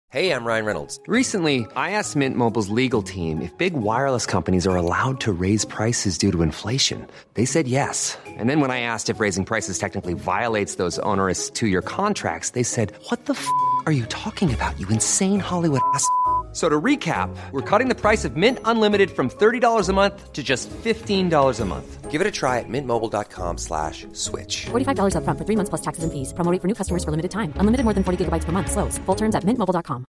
Hey, I'm Ryan Reynolds. Recently, I asked Mint Mobile's legal team if big wireless companies are allowed to raise prices due to inflation. They said yes. And then when I asked if raising prices technically violates those onerous two-year contracts, they said, "What the are you talking about, you insane Hollywood ass?" So to recap, we're cutting the price of Mint Unlimited from $30 a month to just $15 a month. Give it a try at mintmobile.com/switch. $45 up front for 3 months plus taxes and fees. Promo rate for new customers for limited time. Unlimited more than 40 gigabytes per month. Slows full terms at mintmobile.com.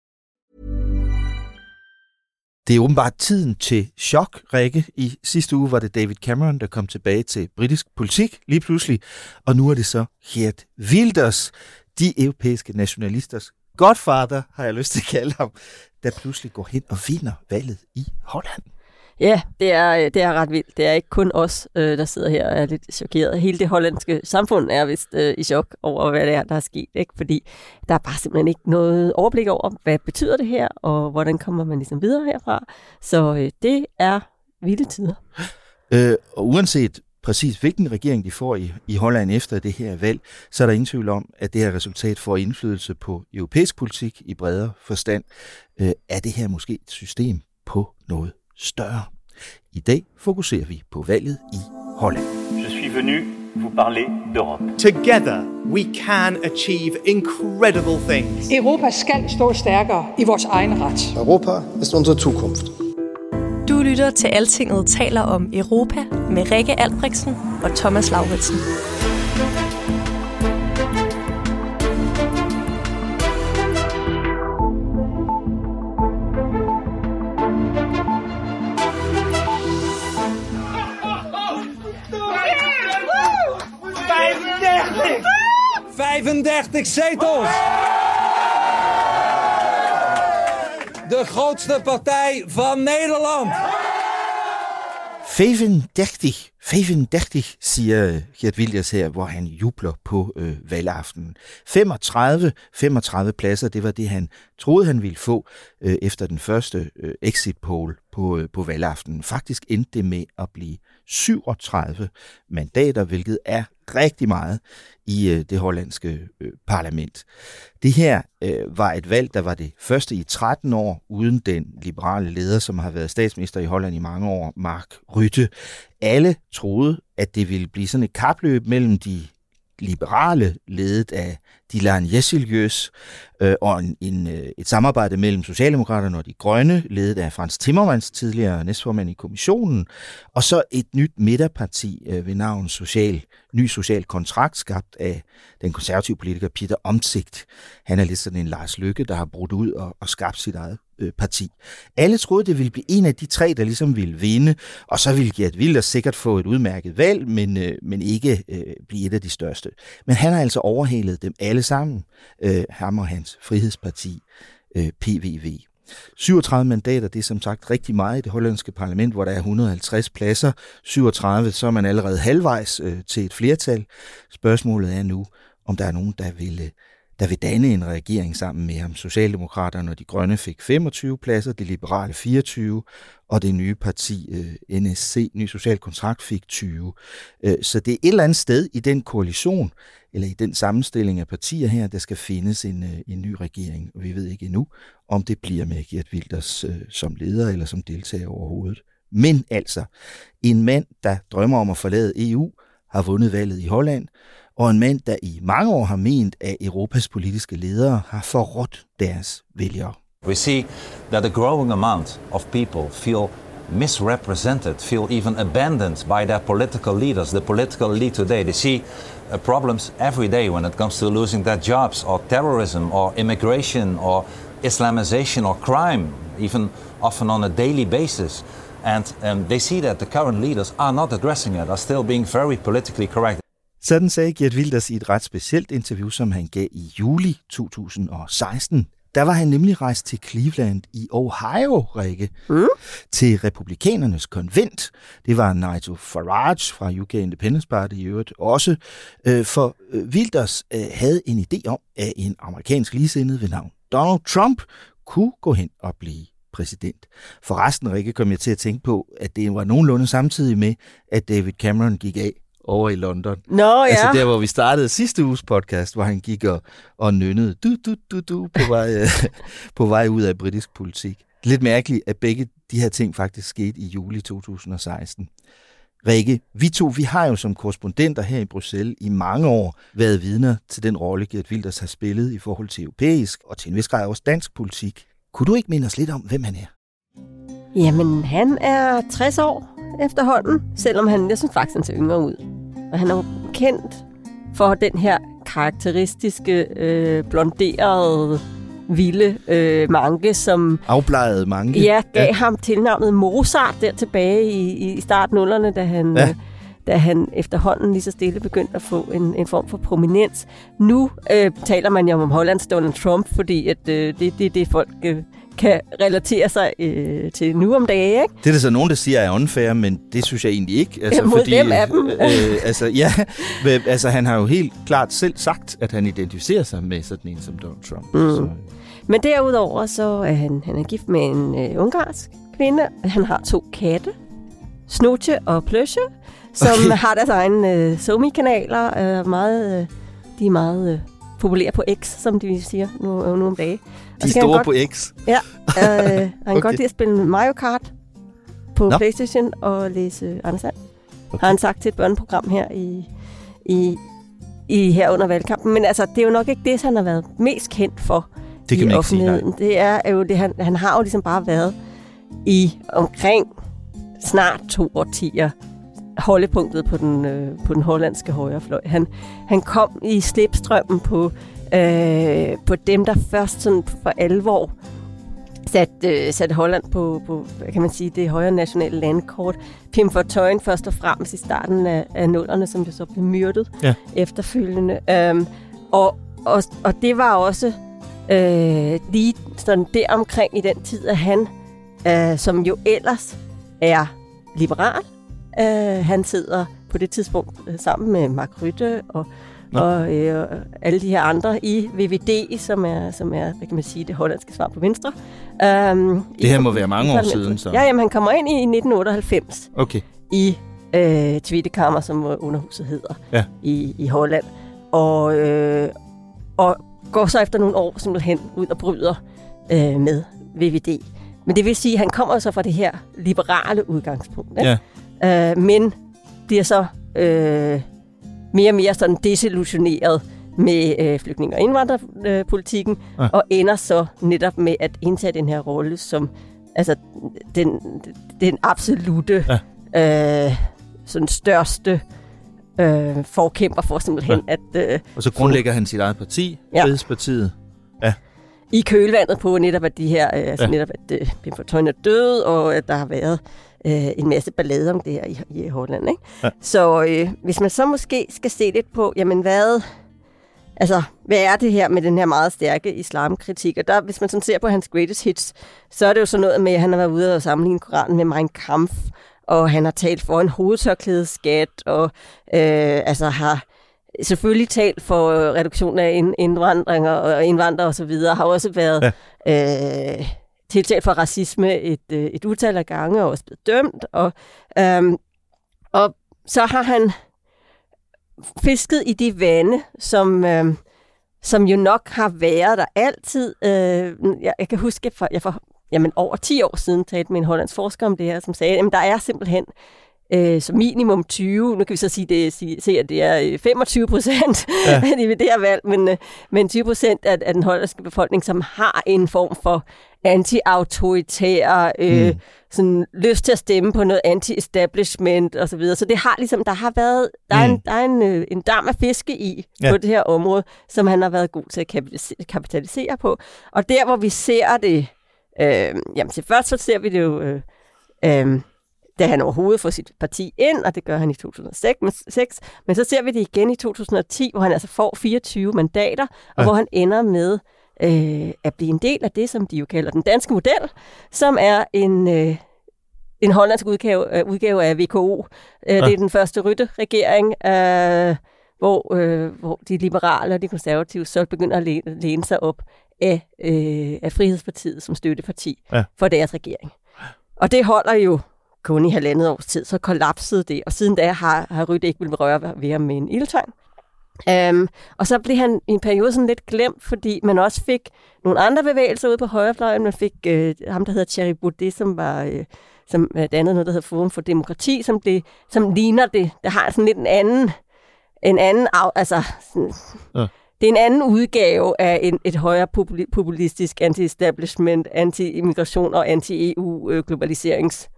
Det er åbenbart tiden til chok, Rikke. I sidste uge var det David Cameron, der kom tilbage til britisk politik lige pludselig. Og nu er det så Geert Wilders, de europæiske nationalisters godfather, har jeg lyst til at kalde ham, der pludselig går hen og vinder valget i Holland. Ja, det er ret vildt. Det er ikke kun os, der sidder her og er lidt chokeret. Hele det hollandske samfund er vist i chok over, hvad det er, der er sket. Ikke? Fordi der er bare simpelthen ikke noget overblik over, hvad betyder det her, og hvordan kommer man ligesom videre herfra. Så det er vilde tider. Og uanset præcis hvilken regering de får i Holland efter det her valg, så er der ingen tvivl om, at det her resultat får indflydelse på europæisk politik i bredere forstand. Er det her måske et system på noget større? I dag fokuserer vi på valget i Holland. Je suis venu vous parler d'Europe. Together we can achieve incredible things. Europa skal stå stærkere i vores egen ret. Europa ist unsere Zukunft. Du lytter til Altinget taler om Europa med Rikke Albrechtsen og Thomas Lauritsen. Zetels! De grootste partij van Nederland! 35, siger Geert Wilders her, hvor han jubler på valgaftenen. 35 pladser, det var det, han troede, han ville få efter den første exit poll på valgaftenen. Faktisk endte det med at blive 37 mandater, hvilket er rigtig meget i det hollandske parlament. Det her var et valg, der var det første i 13 år, uden den liberale leder, som har været statsminister i Holland i mange år, Mark Rutte. Alle troede, at det ville blive sådan et kapløb mellem de liberale, ledet af Dylan Jesselius, og et samarbejde mellem Socialdemokraterne og de grønne, ledet af Frans Timmermans, tidligere næstformand i kommissionen, og så et nyt midterparti ved navn Ny Social Kontrakt, skabt af den konservative politiker Peter Omtzigt. Han er lidt sådan en Lars Løkke, der har brudt ud og skabt sit eget parti. Alle troede, det ville blive en af de tre, der ligesom ville vinde, og så ville Geert Wilders sikkert få et udmærket valg, men ikke blive et af de største. Men han har altså overhalet dem alle sammen, ham og hans frihedsparti, PVV. 37 mandater, det er som sagt rigtig meget i det hollandske parlament, hvor der er 150 pladser. 37, så er man allerede halvvejs til et flertal. Spørgsmålet er nu, om der er nogen, der vil danne en regering sammen med ham. Socialdemokraterne og de grønne fik 25 pladser, de liberale 24, og det nye parti NSC, Ny Social Kontrakt, fik 20. Så det er et eller andet sted i den koalition, eller i den sammenstilling af partier her, der skal findes en ny regering. Og vi ved ikke endnu, om det bliver med Geert Wilders som leder eller som deltager overhovedet. Men altså, en mand, der drømmer om at forlade EU, har vundet valget i Holland, og en mand, der i mange år har ment, at Europas politiske ledere har forrådt deres vælgere. We see that a growing amount of people feel misrepresented, feel even abandoned by their political leaders. The political elite today, they see problems every day when it comes to losing their jobs, or terrorism, or immigration, or Islamization, or crime, even often on a daily basis. And they see that the current leaders are not addressing it, are still being very politically correct. Sådan sagde Geert Wilders i et ret specielt interview, som han gav i juli 2016. Der var han nemlig rejst til Cleveland i Ohio, Rikke, til republikanernes konvent. Det var Nigel Farage fra UK Independence Party i øvrigt også, for Wilders havde en idé om, at en amerikansk ligesindet ved navn Donald Trump kunne gå hen og blive præsident. Forresten, Rikke, kom jeg til at tænke på, at det var nogenlunde samtidig med, at David Cameron gik af. over i London. Nå, ja. Altså der, hvor vi startede sidste uges podcast, hvor han gik og nynnede på vej ud af britisk politik. Lidt mærkeligt, at begge de her ting faktisk skete i juli 2016. Rikke, vi har jo som korrespondenter her i Bruxelles i mange år været vidner til den rolle, Geert Wilders har spillet i forhold til europæisk og til en vis grad også dansk politik. Kunne du ikke minde os lidt om, hvem han er? Jamen, han er 60 år efterhånden, selvom jeg synes faktisk, han ser yngre ud. Og han er jo kendt for den her karakteristiske, blonderede, vilde manke, som... Afbleget manke. Ja, gav ham tilnavnet Mozart der tilbage i starten 0'erne, da han efterhånden lige så stille begyndte at få en form for prominens. Nu taler man jo om Hollands Donald Trump, fordi at, det er det, folk kan relatere sig til nu om dage, ikke? Det er der så nogen, der siger er unfair, men det synes jeg egentlig ikke. Altså, mod fordi, hvem af dem? Han har jo helt klart selv sagt, at han identificerer sig med sådan en som Donald Trump. Så. Men derudover så er han er gift med en ungarsk kvinde. Han har 2 katte, Snutje og Pløsje, som har deres egne SoMe-kanaler. De er meget populære på X, som de siger nu om dage. De er store på X? Ja, han kan godt lide at spille Mario Kart på PlayStation og læse Anders And. Har han sagt til et børneprogram her her under valgkampen. Men altså, det er jo nok ikke det, han har været mest kendt for i offentligheden. Det er jo det, han har jo ligesom bare været i omkring snart 2 årtier holdepunktet på den hollandske højrefløj. Han kom i slipstrømmen på dem, der først sådan for alvor satte Holland på, kan man sige, det højre nationale landkort. Pim Fortuyn først og fremmest i starten af 0'erne, som jo så blev myrdet efterfølgende. Og det var også lige sådan deromkring i den tid, at han, som jo ellers er liberal, han sidder på det tidspunkt sammen med Mark Rutte og alle de her andre i VVD, som er hvad kan man sige, det hollandske svar på Venstre. Det her må være mange år siden, så. Ja, jamen, han kommer ind i 1998 i Tweede Kamer, som underhuset hedder, i Holland. Og går så efter nogle år simpelthen ud og bryder med VVD. Men det vil sige, at han kommer så fra det her liberale udgangspunkt. Men bliver så mere og mere sådan desillusioneret med flygtninge- og indvandrerpolitikken, og ender så netop med at indtage den her rolle som altså den absolute sådan største forkæmper for simpelthen at... og så grundlægger han sit eget parti, Frihedspartiet. Ja. I kølvandet på netop at de her, netop at Pim Fortuyn er død, og at der har været en masse ballade om det her i Holland, ikke? Ja. Så hvis man så måske skal se lidt på, jamen hvad er det her med den her meget stærke islamkritik? Og der, hvis man sådan ser på hans greatest hits, så er det jo sådan noget med, at han har været ude og sammenligne Koranen med Mein Kampf, og han har talt for en hovedtørklædeskat, og har selvfølgelig talt for reduktion af indvandring og indvandrere og så videre, har også været tiltalt for racisme et utal af gange, og også blevet dømt, og så har han fisket i de vande, som jo nok har været der altid. Jeg kan huske, for over 10 år siden talte med en hollandsk forsker om det her, som sagde, at der er simpelthen som minimum 20, nu kan vi så se, at det er 25% ved det her valg, men 20% af den hollandske befolkning, som har en form for anti-autoritær, sådan lyst til at stemme på noget anti-establishment og så videre. Så det har ligesom, der er en dam af fiske i på det her område, som han har været god til at kapitalisere på. Og der, hvor vi ser det, til først så ser vi det jo, da han overhovedet får sit parti ind, og det gør han i 2006, men så ser vi det igen i 2010, hvor han altså får 24 mandater, og hvor han ender med at blive en del af det, som de jo kalder den danske model, som er en hollandsk udgave af VKO. Det er den første Rutte-regering, hvor de liberale og de konservative så begynder at læne sig op af Frihedspartiet som støtteparti for deres regering. Og det holder jo kun i 1,5 års tid, så kollapsede det, og siden da har Rütte ikke ville røre ved ham med en ildtang. Og så blev han i en periode sådan lidt glemt, fordi man også fik nogle andre bevægelser ude på højrefløjen. Man fik ham, der hedder Thierry Baudet, som dannede noget, der hedder Forum for Demokrati, som ligner det. Der har sådan lidt en anden det er en anden udgave af et højere populistisk anti-establishment, anti-immigration og anti-EU globaliserings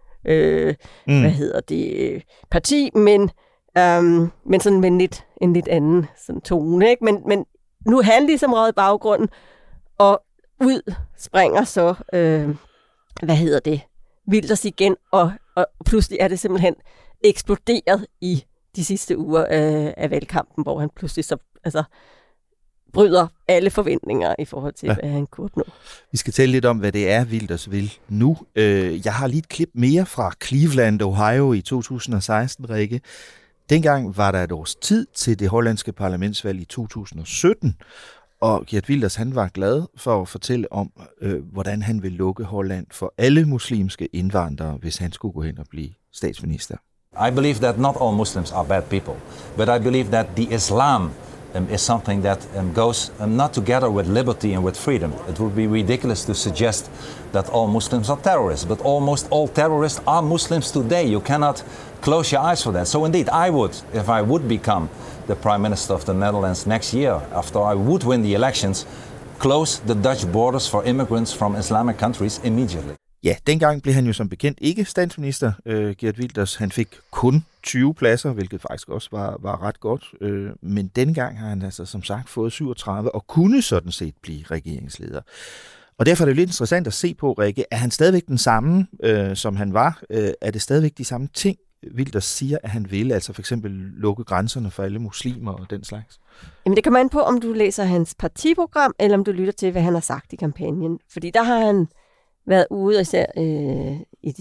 parti, men sådan med en lidt anden sådan tone, ikke? Men nu er han ligesom røget i baggrunden, og ud springer så Wilders igen, og pludselig er det simpelthen eksploderet i de sidste uger af valgkampen, hvor han pludselig så bryder alle forventninger i forhold til, hvad han kunne opnå. Vi skal tale lidt om, hvad det er, Wilders vil nu. Jeg har lige et klip mere fra Cleveland, Ohio i 2016, Rikke. Dengang var der et års tid til det hollandske parlamentsvalg i 2017, og Geert Wilders han var glad for at fortælle om, hvordan han vil lukke Holland for alle muslimske indvandrere, hvis han skulle gå hen og blive statsminister. I believe that not all Muslims are bad people, but I believe that the Islam is something that goes not together with liberty and with freedom. It would be ridiculous to suggest that all Muslims are terrorists, but almost all terrorists are Muslims today. You cannot close your eyes for that. So indeed, I would, if I would become the Prime Minister of the Netherlands next year, after I would win the elections, close the Dutch borders for immigrants from Islamic countries immediately. Ja, dengang blev han jo som bekendt ikke statsminister, Geert Wilders. Han fik kun 20 pladser, hvilket faktisk også var ret godt. Men dengang har han altså som sagt fået 37 og kunne sådan set blive regeringsleder. Og derfor er det jo lidt interessant at se på, Rikke. Er han stadigvæk den samme, som han var? Er det stadigvæk de samme ting, Wilders siger, at han vil? Altså for eksempel lukke grænserne for alle muslimer og den slags? Jamen det kommer an på, om du læser hans partiprogram, eller om du lytter til, hvad han har sagt i kampagnen. Fordi der har han været ude, og især i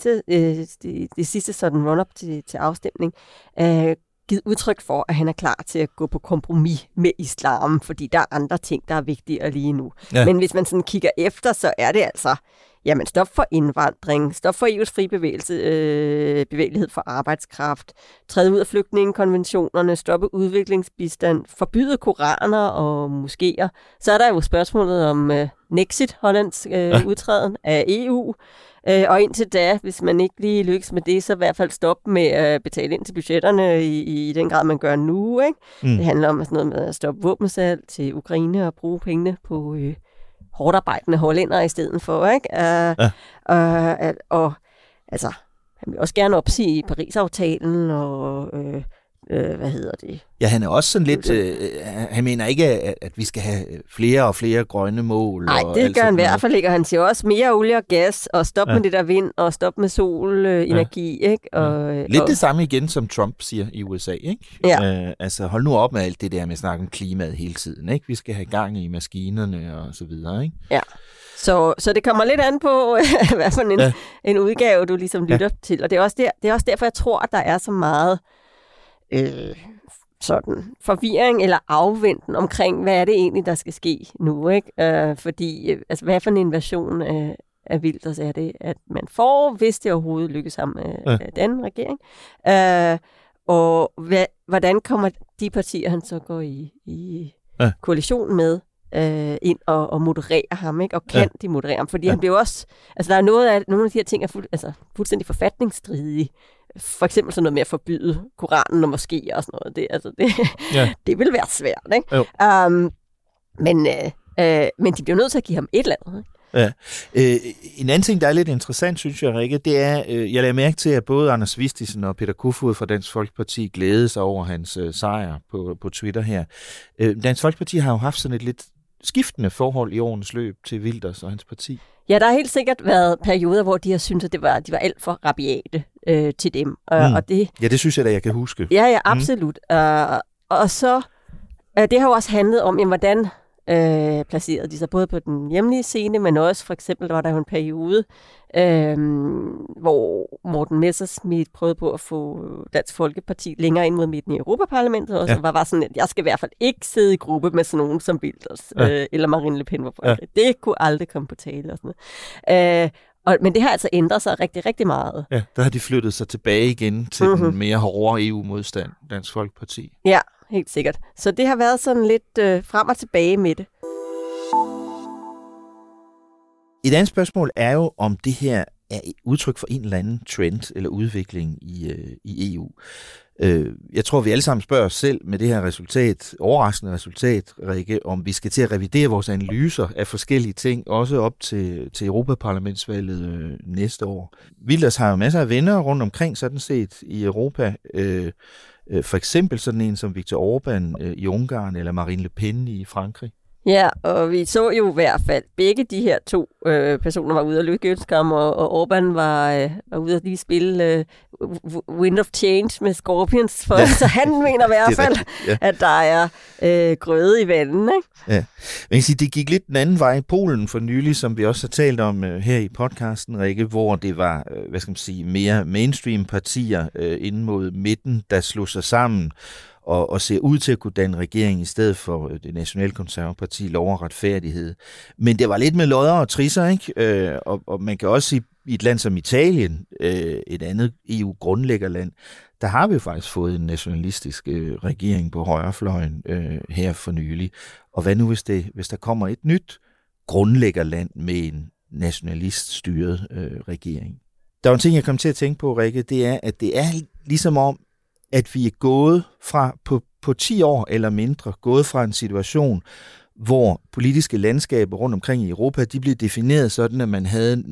det sidste sådan run-up til afstemning, givet udtryk for, at han er klar til at gå på kompromis med islam, fordi der er andre ting, der er vigtigere lige nu. Ja. Men hvis man sådan kigger efter, så er det altså, jamen stop for indvandring, stop for EU's fri bevægelighed for arbejdskraft, træde ud af flygtningekonventionerne, stoppe udviklingsbistand, forbyde koraner og moskéer. Så er der jo spørgsmålet om Nexit, Hollands udtræden af EU. Og indtil da, hvis man ikke lige lykkes med det, så i hvert fald stoppe med at betale ind til budgetterne i den grad, man gør nu. Ikke? Det handler om sådan noget med at stoppe våbensalg til Ukraine og bruge pengene på hårdt arbejdende hollændere i stedet for. Ikke? Og altså, han vil også gerne opsige Paris-aftalen og Ja, han er også sådan lidt, han mener ikke, at vi skal have flere og flere grønne mål. Nej, det gør han i hvert fald ikke, og han siger også mere olie og gas, og stop med det der vind, og stop med solenergi, ikke? Og, lidt det samme igen, som Trump siger i USA, ikke? Ja. Altså, hold nu op med alt det der med at snakke om klimaet hele tiden, ikke? Vi skal have gang i maskinerne og så videre, ikke? Ja. Så det kommer lidt an på, hvad for en udgave, du ligesom lytter til, og det er også derfor, jeg tror, at der er så meget sådan forvirring eller afventen omkring, hvad er det egentlig, der skal ske nu, ikke? Fordi, altså, hvad for en invasion af Wilders er det, at man får, hvis det overhovedet lykkes sammen med den regering? Og hvordan kommer de partier, han så går i koalition med, ind og moderere ham, ikke? Og kan de moderere ham? Fordi han bliver også, altså der er nogle af de her ting, er fuldstændig forfatningsstridige. For eksempel sådan noget med at forbyde Koranen og måske og sådan noget. Det vil være svært, ikke? Men de bliver nødt til at give ham et eller andet, ikke? Ja. En anden ting, der er lidt interessant, synes jeg, Rikke, det er, jeg lagde mærke til, at både Anders Vistisen og Peter Kofod fra Dansk Folkeparti glædede sig over hans sejr på Twitter her. Dansk Folkeparti har jo haft sådan et lidt skiftende forhold i årenes løb til Wilders og hans parti. Ja, der har helt sikkert været perioder, hvor de har syntes, at de var alt for rabiate til dem. Og det, ja, det synes jeg da, jeg kan huske. Ja, absolut. Og så, det har jo også handlet om, jamen, hvordan placerede de sig både på den hjemlige scene, men også for eksempel, der var der jo en periode, hvor Morten Messerschmidt prøvede på at få Dansk Folkeparti længere ind mod midten i Europaparlamentet, og så var sådan, at jeg skal i hvert fald ikke sidde i gruppe med sådan nogen som Wilders, eller Marine Le Pen. Det kunne aldrig komme på tale og sådan noget. Men det har altså ændret sig rigtig, rigtig meget. Ja, der har de flyttet sig tilbage igen til den mere hårde EU-modstand, Dansk Folkeparti. Ja, helt sikkert. Så det har været sådan lidt frem og tilbage med det. Et andet spørgsmål er jo, om det her er et udtryk for en eller anden trend eller udvikling i EU. Jeg tror, vi alle sammen spørger os selv med det her resultat, overraskende resultat, Rikke, om vi skal til at revidere vores analyser af forskellige ting, også op til Europaparlamentsvalget næste år. Wilders har jo masser af venner rundt omkring, sådan set, i Europa. For eksempel sådan en som Viktor Orbán i Ungarn, eller Marine Le Pen i Frankrig. Ja, og vi så jo i hvert fald, begge de her to personer var ude at lykkeønske ham, og Orbán var ude at lige spille Wind of Change med Scorpions, så han mener i hvert fald, at der er grøde i vandet. Ikke? Ja, man kan sige, det gik lidt den anden vej i Polen for nylig, som vi også har talt om her i podcasten, Rikke, hvor det var, mere mainstream partier inde mod midten, der slog sig sammen og ser ud til at kunne danne regering i stedet for det nationalkonservative parti Lov og Retfærdighed. Men det var lidt med lodder og trisser, ikke? Og man kan også sige, i et land som Italien, et andet EU-grundlæggerland, der har vi jo faktisk fået en nationalistisk regering på højrefløjen her for nylig. Og hvad nu, hvis der kommer et nyt grundlæggerland med en nationaliststyret regering? Der er en ting, jeg kom til at tænke på, Rikke, det er, at det er ligesom om, at vi er gået fra, på 10 år eller mindre, gået fra en situation, hvor politiske landskaber rundt omkring i Europa, de blev defineret sådan, at man havde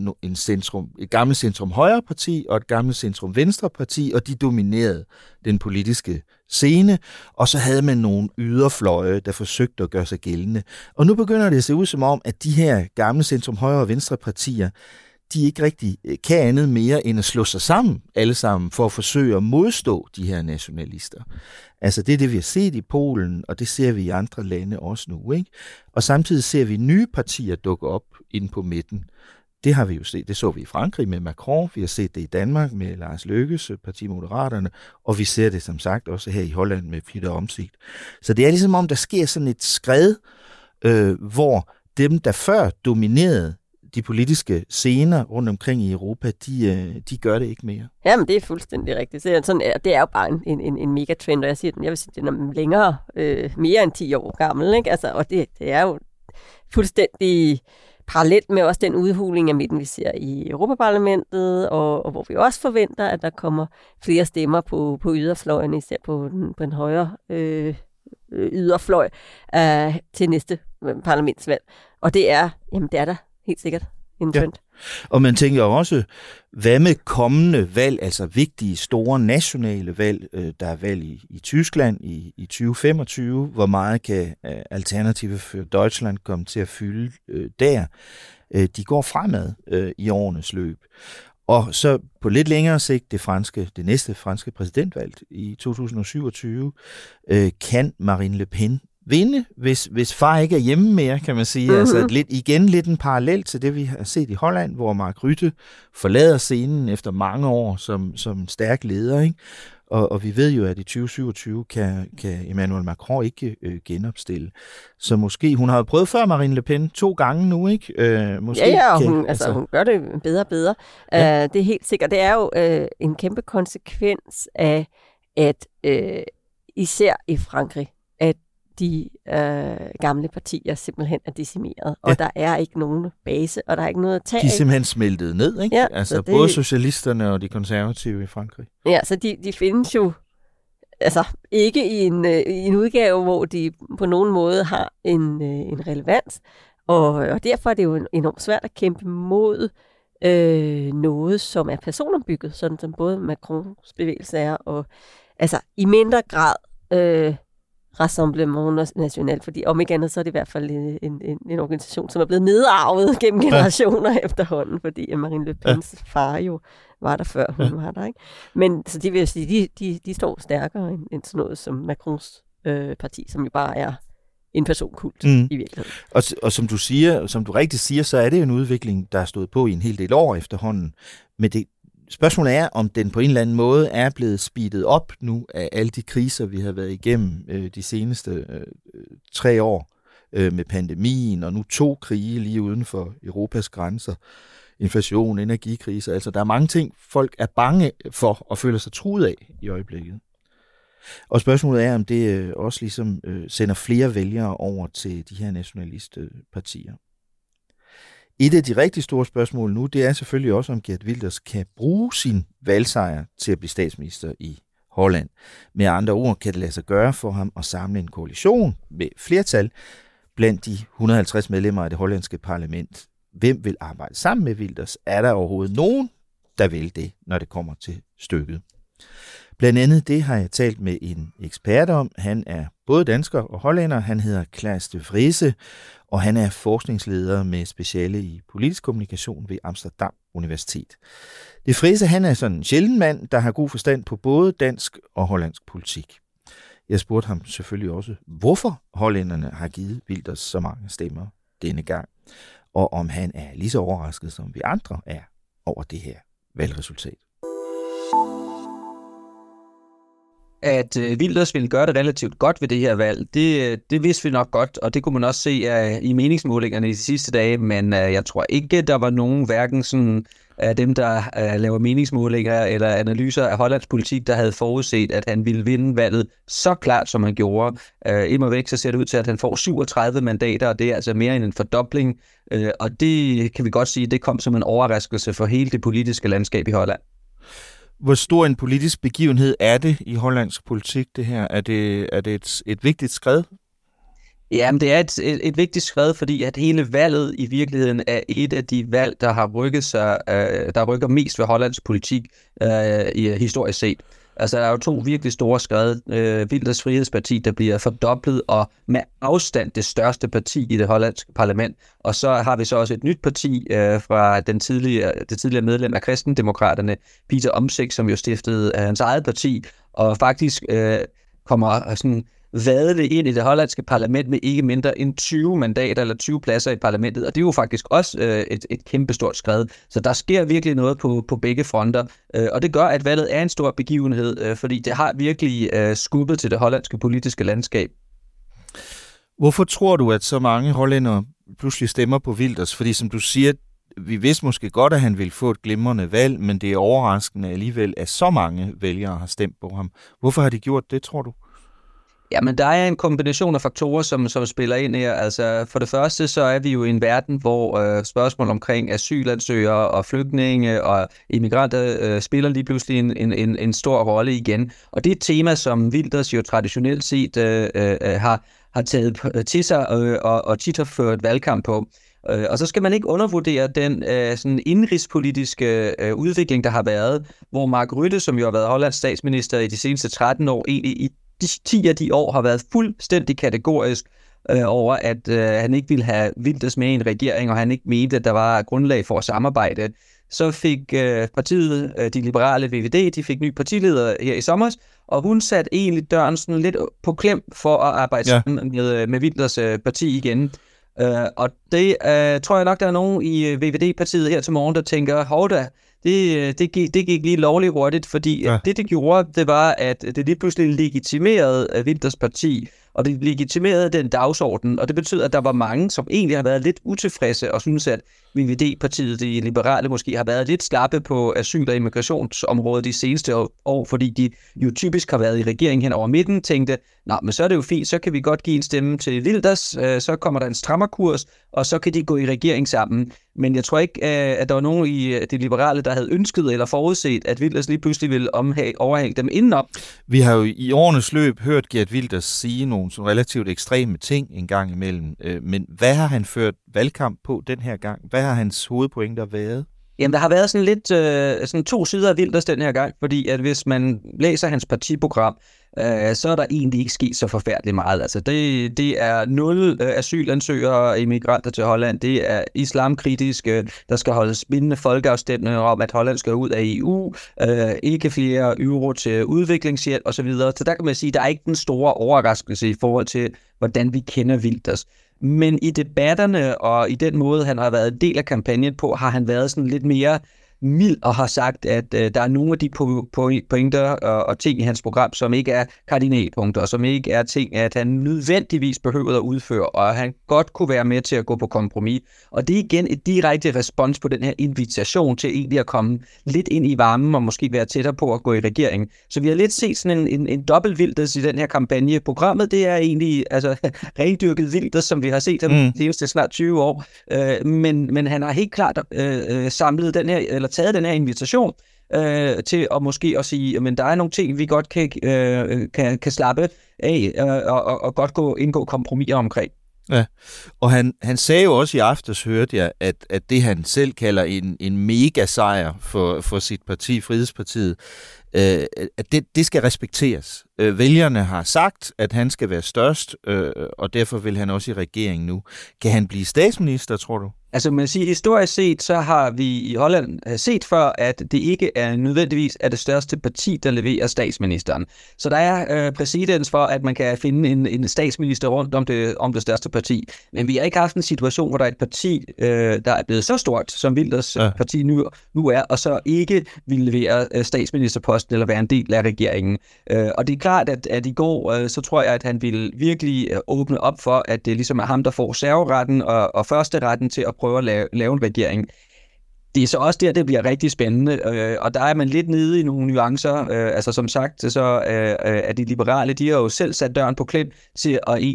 et gammelt centrum-højre-parti og et gammelt centrum-venstre-parti, og de dominerede den politiske scene, og så havde man nogle yderfløje, der forsøgte at gøre sig gældende. Og nu begynder det at se ud som om, at de her gamle centrum-højre- og venstre-partier, de ikke rigtig kan andet mere end at slå sig sammen, alle sammen, for at forsøge at modstå de her nationalister. Altså det er det, vi har set i Polen, og det ser vi i andre lande også nu, ikke? Og samtidig ser vi nye partier dukke op inde på midten. Det har vi jo set. Det så vi i Frankrig med Macron, vi har set det i Danmark med Lars Løkkes parti Moderaterne, og vi ser det som sagt også her i Holland med Pieter Omtzigt. Så det er ligesom om, der sker sådan et skred, hvor dem, der før dominerede de politiske scener rundt omkring i Europa, de gør det ikke mere. Jamen, det er fuldstændig rigtigt. Det er jo bare en megatrend, og jeg vil sige, den er længere, mere end 10 år gammel, ikke? Altså, og det er jo fuldstændig parallelt med også den udhuling af midten, vi ser i Europaparlamentet, og hvor vi også forventer, at der kommer flere stemmer på yderfløjen, især på den højre yderfløj til næste parlamentsvalg. Og det er der helt sikkert en trend. Ja. Og man tænker også, hvad med kommende valg, altså vigtige, store nationale valg, der er valg i Tyskland i 2025, hvor meget kan Alternative for Deutschland komme til at fylde der? De går fremad i årenes løb. Og så på lidt længere sigt, det næste franske præsidentvalg i 2027, kan Marine Le Pen vinde, hvis far ikke er hjemme mere, kan man sige. Mm-hmm. Altså lidt en parallel til det, vi har set i Holland, hvor Mark Rutte forlader scenen efter mange år som stærk leder, ikke? Og vi ved jo, at i 2027 kan Emmanuel Macron ikke genopstille. Så måske, hun har jo prøvet før Marine Le Pen 2 gange nu, ikke? Måske hun gør det bedre og bedre. Ja. Det er helt sikkert. Det er jo en kæmpe konsekvens af, at især i Frankrig, at de gamle partier simpelthen er decimeret, og der er ikke nogen base, og der er ikke noget at tage. De er simpelthen smeltet ned, ikke? Ja, altså både socialisterne og de konservative i Frankrig. Ja, så de findes jo altså ikke i en udgave, hvor de på nogen måde har en relevans, og derfor er det jo enormt svært at kæmpe mod noget, som er personopbygget, sådan som både Macrons bevægelse er, og altså i mindre grad Rassemblement National, fordi om ikke andet, så er det i hvert fald en organisation, som er blevet nedarvet gennem generationer efterhånden, fordi Marine Le Pens far jo var der før hun var der, ikke? Men så de vil sige, de står stærkere end sådan noget som Macrons parti, som jo bare er en personkult i virkeligheden. Og som du rigtig siger, så er det en udvikling, der er stået på i en hel del år efterhånden, men spørgsmålet er, om den på en eller anden måde er blevet speedet op nu af alle de kriser, vi har været igennem de seneste 3 år med pandemien, og nu 2 krige lige uden for Europas grænser. inflation, energikrise. Altså, der er mange ting, folk er bange for og føler sig truet af i øjeblikket. Og spørgsmålet er, om det også ligesom sender flere vælgere over til de her nationalistpartier. Et af de rigtig store spørgsmål nu, det er selvfølgelig også, om Geert Wilders kan bruge sin valgsejr til at blive statsminister i Holland. Med andre ord kan det lade sig gøre for ham at samle en koalition med flertal blandt de 150 medlemmer af det hollandske parlament. Hvem vil arbejde sammen med Wilders? Er der overhovedet nogen, der vil det, når det kommer til stykket? Blandt andet det har jeg talt med en ekspert om. Han er både dansker og hollænder. Han hedder Klaas de Vriese, og han er forskningsleder med speciale i politisk kommunikation ved Amsterdam Universitet. De Vriese, han er sådan en sjælden mand, der har god forstand på både dansk og hollandsk politik. Jeg spurgte ham selvfølgelig også, hvorfor hollænderne har givet Wilders så mange stemmer denne gang, og om han er lige så overrasket, som vi andre er over det her valgresultat. At Wilders ville gøre det relativt godt ved det her valg, det vidste vi nok godt, og det kunne man også se i meningsmålingerne i de sidste dage, men jeg tror ikke, der var nogen, hverken sådan af dem, der laver meningsmålinger eller analyser af Hollands politik, der havde forudset, at han ville vinde valget så klart, som han gjorde. Immer væk, så ser det ud til, at han får 37 mandater, og det er altså mere end en fordobling, og det kan vi godt sige, det kom som en overraskelse for hele det politiske landskab i Holland. Hvor stor en politisk begivenhed er det i hollandsk politik, det her? Er det et vigtigt skred? Jamen, det er et vigtigt skred, fordi at hele valget i virkeligheden er et af de valg, der har rykket sig, der rykker mest ved hollandsk politik i historisk set. Altså, der er jo to virkelig store skred. Wilders Frihedsparti, der bliver fordoblet, og med afstand det største parti i det hollandske parlament. Og så har vi så også et nyt parti fra det tidligere medlem af Kristendemokraterne, Pieter Omtzigt, som jo stiftede hans eget parti, og faktisk kommer sådan vadede ind i det hollandske parlament med ikke mindre end 20 mandater eller 20 pladser i parlamentet, og det er jo faktisk også et kæmpestort skred. Så der sker virkelig noget på begge fronter, og det gør, at valget er en stor begivenhed, fordi det har virkelig skubbet til det hollandske politiske landskab. Hvorfor tror du, at så mange hollændere pludselig stemmer på Wilders? Fordi som du siger, vi vidste måske godt, at han ville få et glimrende valg, men det er overraskende alligevel, at så mange vælgere har stemt på ham. Hvorfor har de gjort det, tror du? Jamen, der er en kombination af faktorer, som spiller ind her. Altså, for det første, så er vi jo i en verden, hvor spørgsmål omkring asylansøgere og flygtninge og immigranter spiller lige pludselig en stor rolle igen. Og det er et tema, som Wilders jo traditionelt set har taget til sig og tit har ført valgkamp på. Og så skal man ikke undervurdere den sådan indrigspolitiske udvikling, der har været, hvor Mark Rutte, som jo har været Hollands statsminister i de seneste 13 år, egentlig i 10 af de år har været fuldstændig kategorisk over, at han ikke ville have Wilders med i en regering, og han ikke mente, at der var grundlag for at samarbejde. Så fik partiet, de liberale VVD, de fik ny partileder her i sommer, og hun satte egentlig døren sådan lidt på klem for at arbejde sammen med Wilders parti igen. Og det tror jeg nok, der er nogen i VVD-partiet her til morgen, der tænker, hovda, det gik lige lovligt hurtigt, fordi det gjorde, det var, at det lige pludselig legitimerede Wilders parti, og det legitimerede den dagsorden, og det betød, at der var mange, som egentlig har været lidt utilfredse og synes, at VVD-partiet, de liberale, måske har været lidt slappe på asyl- og immigrationsområdet de seneste år, fordi de jo typisk har været i regeringen hen over midten, tænkte, men så er det jo fint, så kan vi godt give en stemme til Wilders, så kommer der en strammerkurs, og så kan de gå i regering sammen. Men jeg tror ikke, at der var nogen i de liberale, der havde ønsket eller forudset, at Wilders lige pludselig ville overhænge dem indenom. Vi har jo i årenes løb hørt Geert Wilders sige nogle så relativt ekstreme ting en gang imellem. Men hvad har han ført valgkamp på den her gang? Hvad har hans hovedpointer været? Jamen, der har været sådan lidt sådan to sider af Wilders den her gang, fordi at hvis man læser hans partiprogram, så er der egentlig ikke sket så forfærdeligt meget. Altså, det er 0 asylansøgere og immigranter til Holland. Det er islamkritiske. Der skal holdes bindende folkeafstemninger om, at Holland skal ud af EU. Ikke flere euro til udviklingshjælp osv. Så der kan man sige, at der er ikke den store overraskelse i forhold til, hvordan vi kender Wilders. Men i debatterne og i den måde, han har været en del af kampagnen på, har han været sådan lidt mere mild og har sagt, at der er nogle af de pointer og ting i hans program, som ikke er kardinalpunkter, og som ikke er ting, at han nødvendigvis behøver at udføre, og han godt kunne være med til at gå på kompromis. Og det er igen et direkte respons på den her invitation til egentlig at komme lidt ind i varmen og måske være tættere på at gå i regeringen. Så vi har lidt set sådan en dobbelt Wilders i den her kampagne. Programmet, det er egentlig rendyrket Wilders, som vi har set ham de seneste snart 20 år. Men han har helt klart samlet den her, eller taget den her invitation til at måske at sige, men der er nogle ting, vi godt kan slappe af og godt indgå kompromiser omkring. Ja, og han sagde jo også i aftes, hørte jeg, at det han selv kalder en mega sejr for sit parti, Frihedspartiet, at det skal respekteres. Vælgerne har sagt, at han skal være størst, og derfor vil han også i regeringen nu. Kan han blive statsminister, tror du? Altså man siger, historisk set, så har vi i Holland set før, at det ikke er nødvendigvis det største parti, der leverer statsministeren. Så der er præcedens for, at man kan finde en statsminister rundt om det største parti. Men vi har ikke haft en situation, hvor der er et parti, der er blevet så stort, som Wilders parti nu er, og så ikke vil levere statsministerposten eller være en del af regeringen. Og det er klart, at i går, så tror jeg, at han vil virkelig åbne op for, at det ligesom er ham, der får serveretten og første retten til at prøve at lave en regering. Det er så også der, det bliver rigtig spændende, og der er man lidt nede i nogle nuancer. Altså som sagt, så er de liberale, de har jo selv sat døren på klem til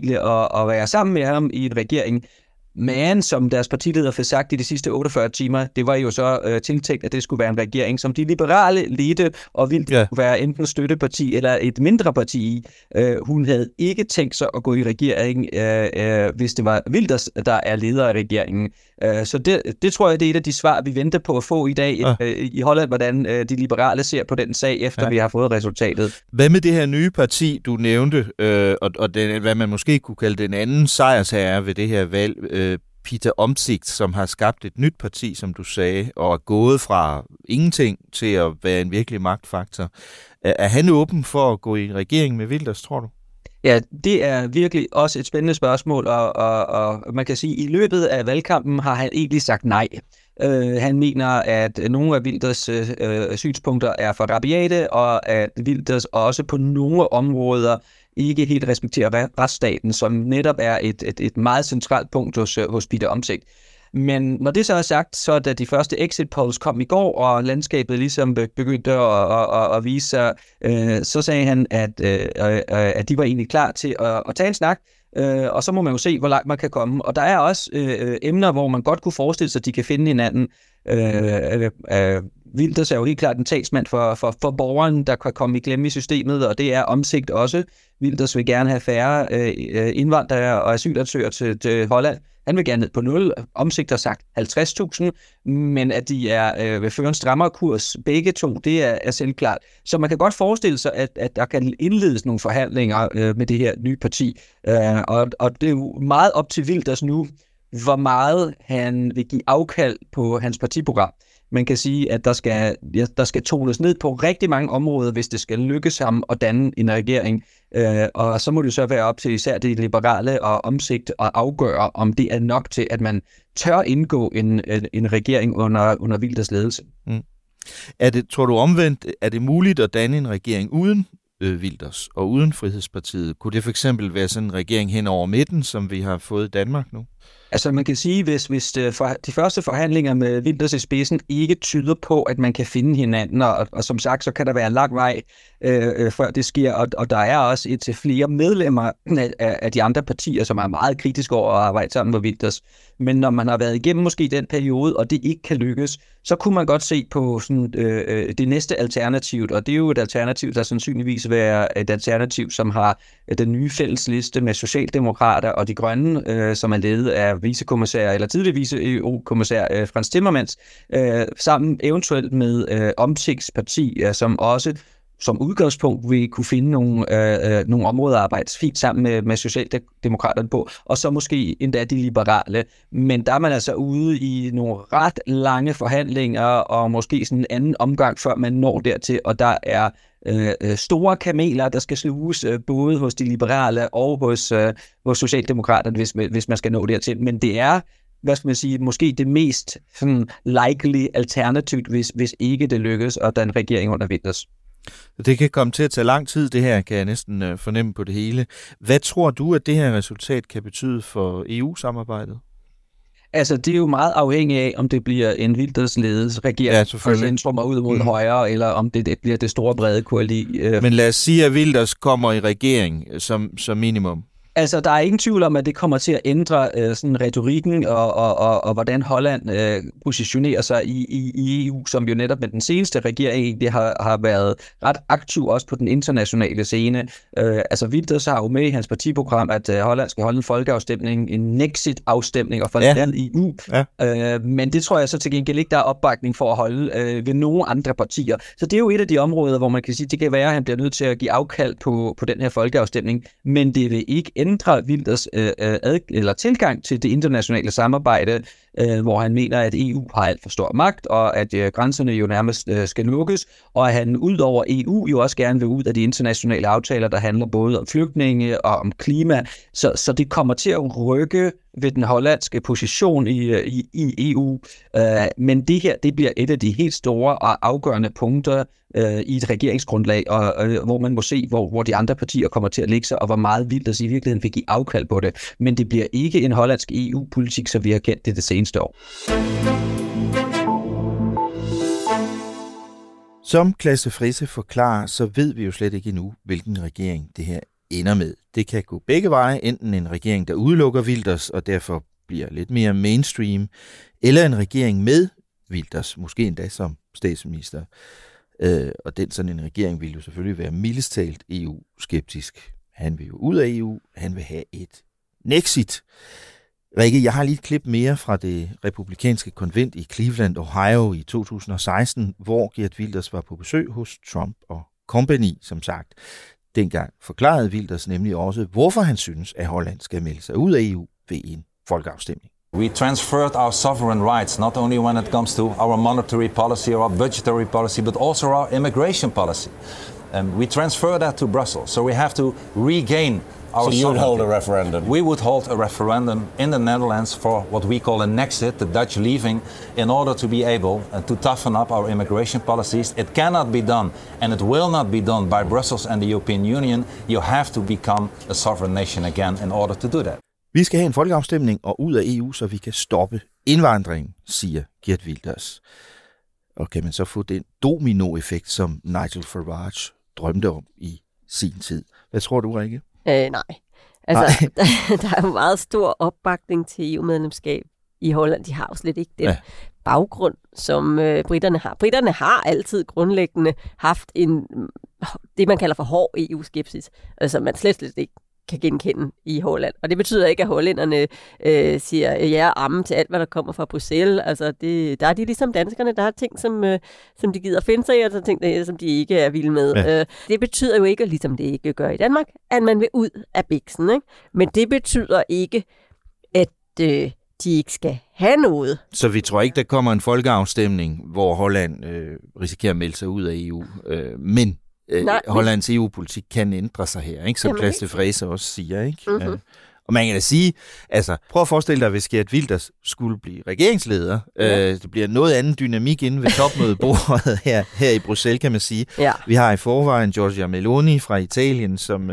at være sammen med ham i en regering. Men som deres partileder fik sagt i de sidste 48 timer, det var jo så tiltænkt, at det skulle være en regering, som de liberale ledte og ville være enten støtteparti eller et mindre parti i. Hun havde ikke tænkt sig at gå i regering, hvis det var Wilders, der er leder af regeringen. Så det tror jeg, det er et af de svar, vi venter på at få i dag i Holland, hvordan de liberale ser på den sag, efter vi har fået resultatet. Hvad med det her nye parti, du nævnte, og den, hvad man måske kunne kalde den anden sejrsherre ved det her valg, Pieter Omtzigt, som har skabt et nyt parti, som du sagde, og er gået fra ingenting til at være en virkelig magtfaktor. Er han åben for at gå i regering med Wilders, tror du? Ja, det er virkelig også et spændende spørgsmål, og man kan sige, at i løbet af valgkampen har han egentlig sagt nej. Han mener, at nogle af Wilders synspunkter er for rabiate, og at Wilders også på nogle områder ikke helt respekterer retsstaten, som netop er et meget centralt punkt hos Pieter Omtzigt. Men når det så er sagt, så da de første exit polls kom i går, og landskabet ligesom begyndte at vise sig, så sagde han, at de var egentlig klar til at tage en snak, og så må man jo se, hvor langt man kan komme. Og der er også emner, hvor man godt kunne forestille sig, at de kan finde hinanden. Wilders er jo helt klart en talsmand for borgeren, der kan komme i glemme i systemet, og det er Omtzigt også. Wilders vil gerne have færre indvandrere og asylansøgere til Holland. Han vil gerne ned på 0. Omtzigt har sagt 50.000, men at de vil føre en strammere kurs begge to, det er selvklart. Så man kan godt forestille sig, at der kan indledes nogle forhandlinger med det her nye parti. Og det er jo meget op til Wilders nu, hvor meget han vil give afkald på hans partiprogram. Man kan sige, at der skal tones ned på rigtig mange områder, hvis det skal lykkes ham at danne en regering. Og så må det så være op til især de liberale og Omtzigt at afgøre, om det er nok til, at man tør indgå en regering under Wilders ledelse. Tror du omvendt, er det muligt at danne en regering uden Wilders og uden Frihedspartiet? Kunne det for eksempel være sådan en regering hen over midten, som vi har fået i Danmark nu? Altså man kan sige, hvis de første forhandlinger med Wilders i spidsen ikke tyder på, at man kan finde hinanden, og som sagt, så kan der være en lang vej, før det sker, og der er også et til flere medlemmer af de andre partier, som er meget kritiske over at arbejde sammen med Wilders. Men når man har været igennem måske den periode, og det ikke kan lykkes, så kunne man godt se på sådan, det næste alternativ, og det er jo et alternativ, der sandsynligvis vil være et alternativ, som har den nye fællesliste med Socialdemokrater og de Grønne, som er ledet af vicekommissær eller tidligere vice-EU-kommissær Frans Timmermans, sammen eventuelt med Omtzigts parti, som også som udgangspunkt vil kunne finde nogle områder at arbejde fint sammen med Socialdemokraterne på, og så måske endda de liberale. Men der er man altså ude i nogle ret lange forhandlinger, og måske sådan en anden omgang, før man når dertil, og der er store kameler, der skal sluges både hos de liberale og hos Socialdemokraterne, hvis man skal nå dertil. Men det er hvad skal man sige, måske det mest sådan likely alternativ, hvis ikke det lykkes at danne regering under Wilders. Det kan komme til at tage lang tid, det her, kan jeg næsten fornemme på det hele. Hvad tror du, at det her resultat kan betyde for EU-samarbejdet? Altså, det er jo meget afhængigt af, om det bliver en Wilders-ledet regering, der centrummer ud mod højre, eller om det bliver det store brede koali. Men lad os sige, at Wilders kommer i regering som minimum. Altså, der er ingen tvivl om, at det kommer til at ændre sådan retorikken og hvordan Holland positionerer sig i EU, som jo netop med den seneste regering det har været ret aktiv også på den internationale scene. Altså, Wilders har jo med i hans partiprogram, at Holland skal holde en folkeafstemning, en Nexit-afstemning og forlade EU. Ja. Men det tror jeg så til gengæld ikke, der er opbakning for at holde ved nogle andre partier. Så det er jo et af de områder, hvor man kan sige, det kan være, at han bliver nødt til at give afkald på den her folkeafstemning, men det vil ikke ændre Wilders eller tilgang til det internationale samarbejde, hvor han mener, at EU har alt for stor magt, og at grænserne jo nærmest skal lukkes, og at han ud over EU jo også gerne vil ud af de internationale aftaler, der handler både om flygtninge og om klima. Så det kommer til at rykke ved den hollandske position i EU. Men det her, det bliver et af de helt store og afgørende punkter i et regeringsgrundlag, og hvor man må se, hvor de andre partier kommer til at lægge sig, og hvor meget Wilders i virkeligheden vil give afkald på det. Men det bliver ikke en hollandsk EU-politik, som vi har kendt det seneste år. Som Klasse Frisse forklarer, så ved vi jo slet ikke endnu, hvilken regering det her ender med. Det kan gå begge veje, enten en regering, der udelukker Wilders og derfor bliver lidt mere mainstream, eller en regering med Wilders, måske endda som statsminister. Og den sådan en regering vil jo selvfølgelig være mildest talt EU-skeptisk. Han vil jo ud af EU, han vil have et Nexit. Rikke, jeg har lige et klip mere fra det republikanske konvent i Cleveland, Ohio i 2016, hvor Geert Wilders var på besøg hos Trump og company, som sagt. Dengang forklarede Wilders nemlig også, hvorfor han synes, at Holland skal melde sig ud af EU ved en folkeafstemning. We transferred our sovereign rights, not only when it comes to our monetary policy or our budgetary policy, but also our immigration policy. We transfer that to Brussels, so we have to regain our So you would hold a referendum? We would hold a referendum in the Netherlands for what we call a Nexit, the Dutch leaving, in order to be able to toughen up our immigration policies. It cannot be done, and it will not be done by Brussels and the European Union. You have to become a sovereign nation again in order to do that. Vi skal have en folkeafstemning og ud af EU, så vi kan stoppe indvandringen, siger Geert Wilders. Og kan man så få den dominoeffekt, som Nigel Farage drømte om i sin tid? Hvad tror du, Rikke? Nej. Altså, der er jo meget stor opbakning til EU-medlemskab i Holland. De har jo slet ikke den baggrund, som britterne har. Britterne har altid grundlæggende haft det, man kalder for hård EU-skepsis, altså man slet ikke kan genkende i Holland. Og det betyder ikke, at hollænderne siger ja og amen til alt, hvad der kommer fra Bruxelles. Altså, der er de ligesom danskerne, der har ting, som de gider finde sig i, og der er ting, som de ikke er vilde med. Ja. Det betyder jo ikke, ligesom det ikke gør i Danmark, at man vil ud af biksen. Ikke? Men det betyder ikke, at de ikke skal have noget. Så vi tror ikke, der kommer en folkeafstemning, hvor Holland risikerer at melde sig ud af EU. Men Hollands EU-politik kan ændre sig her, ikke? Som Klasse Frisse også siger, ikke? Mm-hmm. Og man kan da sige, altså prøv at forestille dig, hvis Geert Wilders skulle blive regeringsleder. Det bliver noget anden dynamik inde ved topmødebordet her i Bruxelles, kan man sige. Ja. Vi har i forvejen Giorgia Meloni fra Italien, som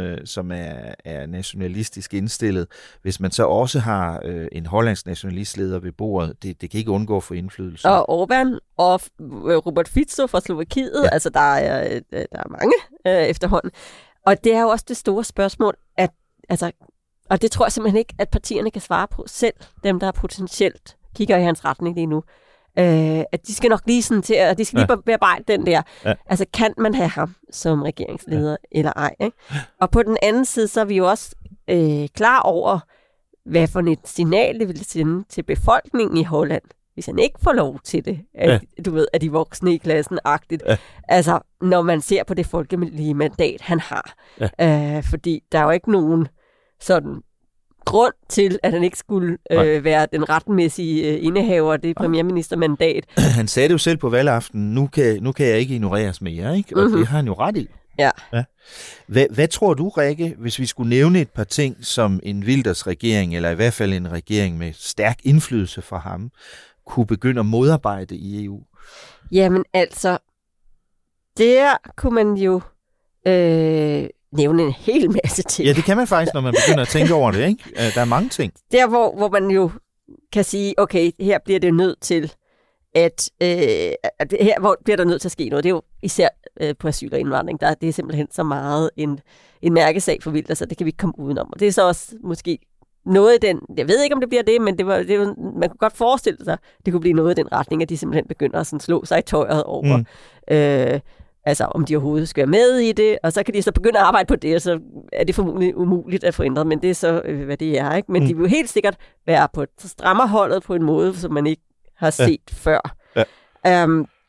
er nationalistisk indstillet. Hvis man så også har en hollandsk nationalistleder ved bordet, det kan ikke undgå at få indflydelse. Og Orbán og Robert Fico fra Slovakiet, altså der er mange efterhånden. Og det er jo også det store spørgsmål, at altså og det tror jeg simpelthen ikke, at partierne kan svare på selv, dem der potentielt kigger i hans retning lige nu. At de skal nok lige sådan til, at de skal lige bearbejde den der. Ja. Altså, kan man have ham som regeringsleder eller ej? Ikke? Og på den anden side, så er vi jo også klar over, hvad for et signal det vil sende til befolkningen i Holland, hvis han ikke får lov til det. Du ved, at de voksne i klassen-agtigt. Ja. Altså, når man ser på det folkelige mandat, han har. Ja. Fordi der er jo ikke nogen sådan grund til, at han ikke skulle være den retmæssige indehaver af det premierministermandat. Han sagde det jo selv på valgaften, nu kan jeg ikke ignoreres mere, ikke? Og det har han jo ret i. Ja. Hvad tror du, Rikke, hvis vi skulle nævne et par ting, som en Wilders regering, eller i hvert fald en regering med stærk indflydelse fra ham, kunne begynde at modarbejde i EU? Jamen altså, der kunne man jo nævne en hel masse ting. Ja, det kan man faktisk, når man begynder at tænke over det, ikke? Der er mange ting. Der, hvor man jo kan sige, okay, her bliver det nødt til, at her hvor bliver der nødt til at ske noget. Det er jo især på asyl og indvandring. Det er simpelthen så meget en mærkesag for Wilders, så det kan vi ikke komme udenom. Og det er så også måske noget af den, jeg ved ikke, om det bliver det, men man kunne godt forestille sig, det kunne blive noget af den retning, at de simpelthen begynder at sådan slå sig i tøjet over, altså om de overhovedet skal være med i det, og så kan de så begynde at arbejde på det, og så er det formodentlig umuligt at forændre, men det er så, hvad det er, ikke? Men de vil jo helt sikkert være på strammerholdet på en måde, som man ikke har set før. Ja.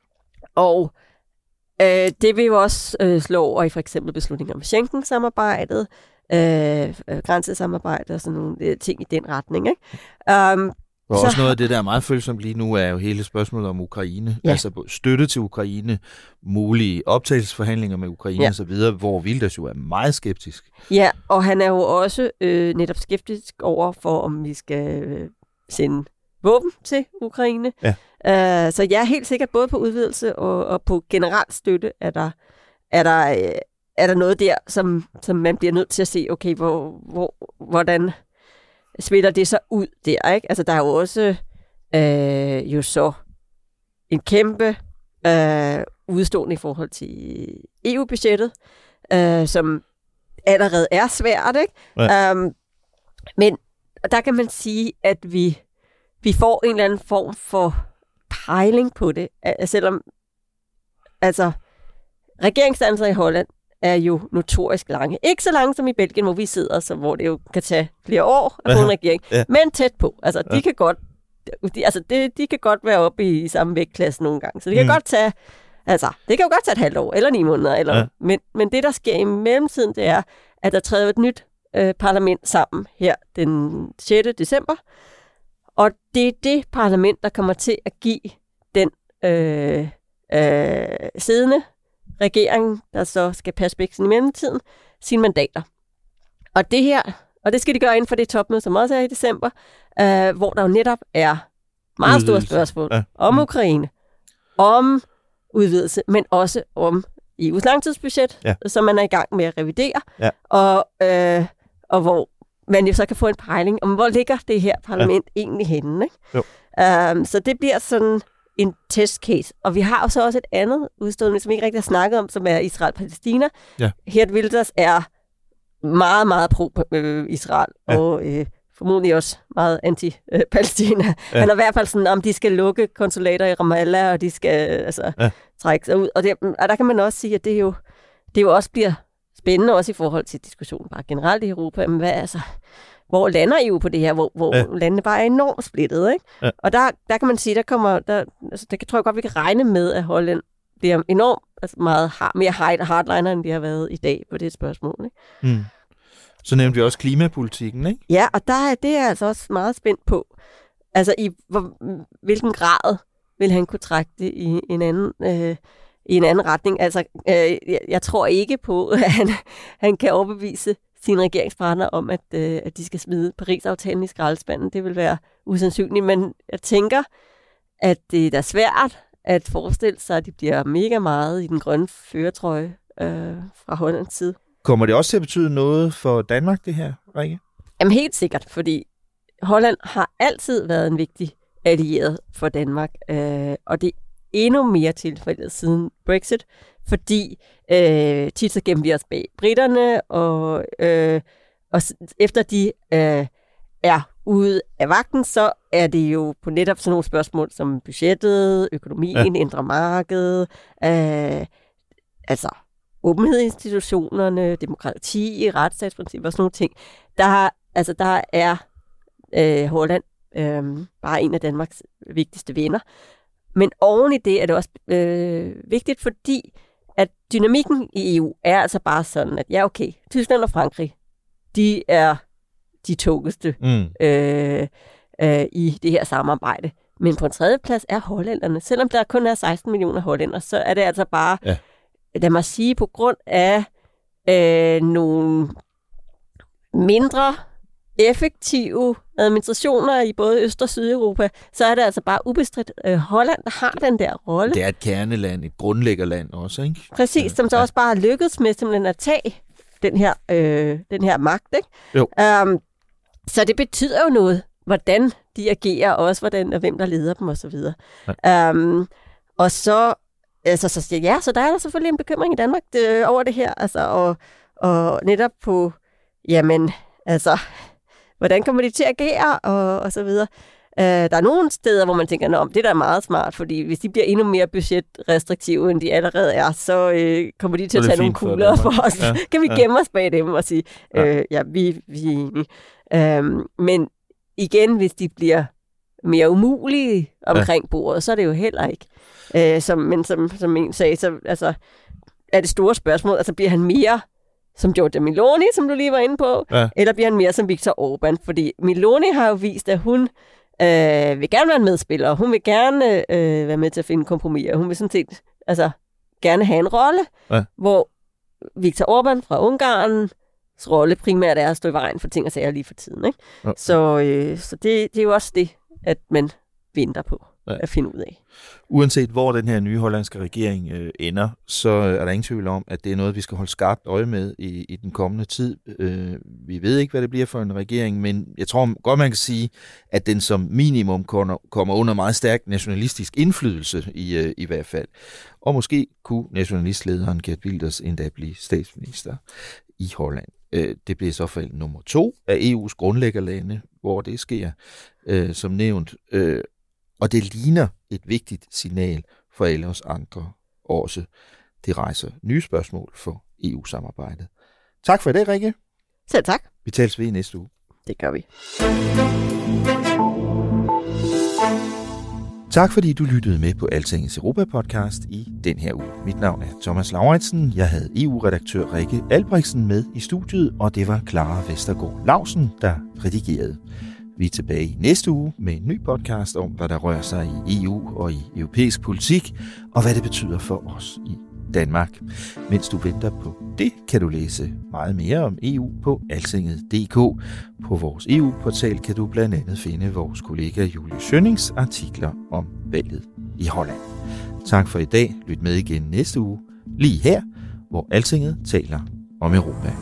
Det vil jo også slå over i for eksempel beslutninger om Schengen-samarbejdet, grænsesamarbejde og sådan nogle ting i den retning, ikke? Og også noget af det, der er meget følsomt lige nu, er jo hele spørgsmålet om Ukraine. Ja. Altså støtte til Ukraine, mulige optagelsesforhandlinger med Ukraine osv., hvor Wilders jo er meget skeptisk. Ja, og han er jo også netop skeptisk over for, om vi skal sende våben til Ukraine. Ja. Så jeg er helt sikkert både på udvidelse og på generelt støtte, er der noget der, som man bliver nødt til at se, okay, hvordan spiller det så ud der, ikke? Altså, der er jo også jo så en kæmpe udstående i forhold til EU-budgettet, som allerede er svært, ikke? Ja. Men der kan man sige, at vi får en eller anden form for pejling på det, selvom altså regeringsdannelser i Holland er jo notorisk lange. Ikke så lange som i Belgien, hvor vi sidder, så hvor det jo kan tage flere år at få en regering, men tæt på. Altså, de kan godt være oppe i samme vægtklasse nogle gange. Så det kan godt tage, det kan jo godt tage et halvt år, eller 9 måneder. Eller, men det, der sker i mellemtiden, det er, at der træder et nyt parlament sammen her den 6. december. Og det er det parlament, der kommer til at give den siddende regeringen, der så skal passe bæksen i mellemtiden, sine mandater. Og det her, og det skal de gøre inden for det topmøde, som også er i december, hvor der jo netop er meget store spørgsmål om Ukraine, om udvidelse, men også om EU's langtidsbudget, som man er i gang med at revidere, og hvor man jo så kan få en pejling om, hvor ligger det her parlament egentlig henne. Ikke? Så det bliver sådan en testcase. Og vi har jo så også et andet udstående, som vi ikke rigtig har snakket om, som er Israel-Palæstina. Ja. Geert Wilders er meget, meget pro-Israel, og formodentlig også meget anti-Palæstina. Ja. Han er i hvert fald sådan, om de skal lukke konsulater i Ramallah, og de skal trække sig ud. Og der kan man også sige, at det jo også bliver spændende, også i forhold til diskussionen bare generelt i Europa. Men hvor lander EU på det her, hvor landene bare er enormt splittet, ikke? Ja. Og der kan man sige, der tror jeg godt, vi kan regne med, at Holland bliver enormt meget mere hardliner, end de har været i dag på det spørgsmål, ikke? Mm. Så nævnte vi også klimapolitikken, ikke? Ja, og det er altså også meget spændt på, altså hvilken grad vil han kunne trække det i en anden retning. Altså, jeg tror ikke på, at han kan overbevise sine regeringspartnere om, at de skal smide Paris-aftalen i skraldespanden. Det vil være usandsynligt, men jeg tænker, at det er svært at forestille sig, at de bliver mega meget i den grønne førertrøje fra Hollands side. Kommer det også til at betyde noget for Danmark, det her, Rikke? Jamen helt sikkert, fordi Holland har altid været en vigtig allieret for Danmark, og det er endnu mere tilfældet siden Brexit, fordi tit så gemmer vi os bag britterne, og efter de er ude af vagten, så er det jo på netop sådan nogle spørgsmål som budgettet, økonomien, indre marked, altså åbenhed i institutionerne, demokrati, retsstatsprincipper og sådan nogle ting. Der er Holland bare en af Danmarks vigtigste venner. Men oven i det er det også vigtigt, fordi at dynamikken i EU er altså bare sådan, at ja, okay, Tyskland og Frankrig, de er de tungeste i det her samarbejde. Men på en tredje plads er hollænderne. Selvom der kun er 16 millioner hollænder, så er det altså bare lad mig sige, på grund af nogle mindre effektive administrationer i både Øst- og Sydeuropa, så er det altså bare ubestridt Holland, der har den der rolle. Det er et kerneland, et grundlæggerland også, ikke? Præcis, som så også bare har lykkedes med simpelthen at tage den her magt, ikke? Jo. Så det betyder jo noget, hvordan de agerer, og også hvordan og hvem der leder dem osv. Og så siger jeg, så der er der selvfølgelig en bekymring i Danmark over det her, altså, og netop på, jamen, altså, hvordan kommer de til at agere, og så videre. Der er nogle steder, hvor man tænker, det er da meget smart, fordi hvis de bliver endnu mere budgetrestriktive, end de allerede er, så kommer de til at tage nogle kugler for os. Ja. Kan vi gemme os bag dem og sige, vi er enige. Men igen, hvis de bliver mere umulige omkring bordet, så er det jo heller ikke. Som en sagde, så altså, er det store spørgsmål, altså bliver han mere som Giorgia Meloni, som du lige var inde på, eller bliver han mere som Viktor Orbán? Fordi Meloni har jo vist, at hun vil gerne være en medspiller, hun vil gerne være med til at finde kompromiser, hun vil sådan set gerne have en rolle, hvor Viktor Orbán fra Ungarns rolle primært er at stå i vejen for ting og sager lige for tiden. Ikke? Så det er jo også det, at man venter på at finde ud af. Uanset hvor den her nye hollandske regering ender, så er der ingen tvivl om, at det er noget, vi skal holde skarpt øje med i den kommende tid. Vi ved ikke, hvad det bliver for en regering, men jeg tror godt, man kan sige, at den som minimum kommer under meget stærk nationalistisk indflydelse i hvert fald. Og måske kunne nationalistlederen Geert Wilders endda blive statsminister i Holland. Det bliver i så fald nummer 2 af EU's grundlæggerlande, hvor det sker, som nævnt. Og det ligner et vigtigt signal for alle os andre også. Det rejser nye spørgsmål for EU-samarbejdet. Tak for i dag, Rikke. Selv tak. Vi tales ved i næste uge. Det gør vi. Tak fordi du lyttede med på Altingets Europa-podcast i den her uge. Mit navn er Thomas Lauritsen. Jeg havde EU-redaktør Rikke Albrechtsen med i studiet, og det var Clara Vestergaard Lausen, der redigerede. Vi er tilbage i næste uge med en ny podcast om, hvad der rører sig i EU og i europæisk politik, og hvad det betyder for os i Danmark. Mens du venter på det, kan du læse meget mere om EU på altinget.dk. På vores EU-portal kan du blandt andet finde vores kollega Julie Schønnings artikler om valget i Holland. Tak for i dag. Lyt med igen næste uge, lige her, hvor Altinget taler om Europa.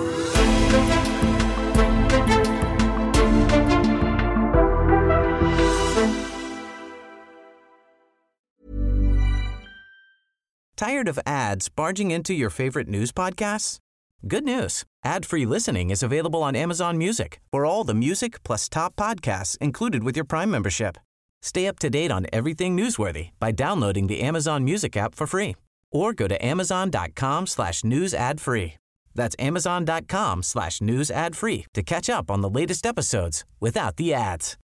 Tired of ads barging into your favorite news podcasts? Good news. Ad-free listening is available on Amazon Music for all the music plus top podcasts included with your Prime membership. Stay up to date on everything newsworthy by downloading the Amazon Music app for free or go to amazon.com/news ad free. That's amazon.com/news ad free to catch up on the latest episodes without the ads.